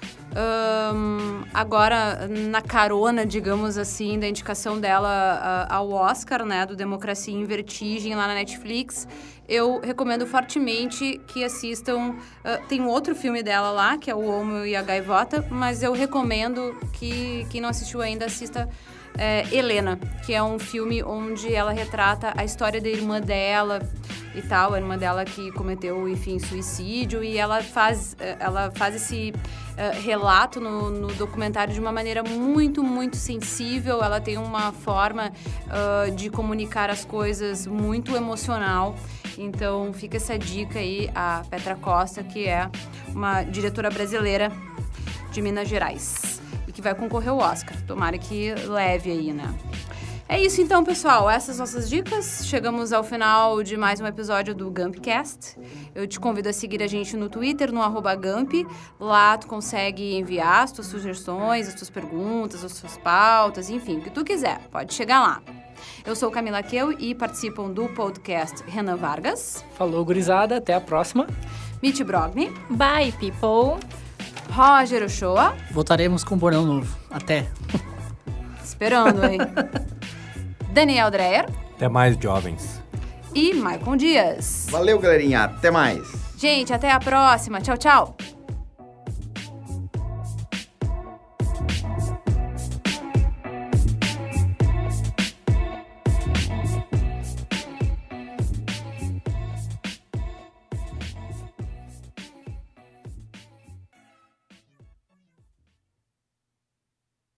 Um, agora, na carona, digamos assim, da indicação dela uh, ao Oscar, né, do Democracia em Vertigem, lá na Netflix, eu recomendo fortemente que assistam. Uh, tem um outro filme dela lá, que é O Homo e a Gaivota, mas eu recomendo que quem não assistiu ainda assista é, Helena, que é um filme onde ela retrata a história da irmã dela e tal, a irmã dela que cometeu, enfim, suicídio, e ela faz, ela faz esse uh, relato no, no documentário de uma maneira muito, muito sensível. Ela tem uma forma uh, de comunicar as coisas muito emocional. Então, fica essa dica aí, a Petra Costa, que é uma diretora brasileira de Minas Gerais e que vai concorrer ao Oscar. Tomara que leve aí, né? É isso então, pessoal. Essas nossas dicas. Chegamos ao final de mais um episódio do Gumpcast. Eu te convido a seguir a gente no Twitter, no arroba Gump. Lá tu consegue enviar as tuas sugestões, as tuas perguntas, as tuas pautas, enfim, o que tu quiser. Pode chegar lá. Eu sou Camila Keu e participam do podcast Renan Vargas. Falou, gurizada. Até a próxima. Mitch Brogni. Bye, people! Roger Ochoa. Voltaremos com um bordão novo. Até. Esperando, hein? Daniel Dreyer. Até mais, jovens. E Maicon Dias. Valeu, galerinha. Até mais. Gente, até a próxima. Tchau, tchau.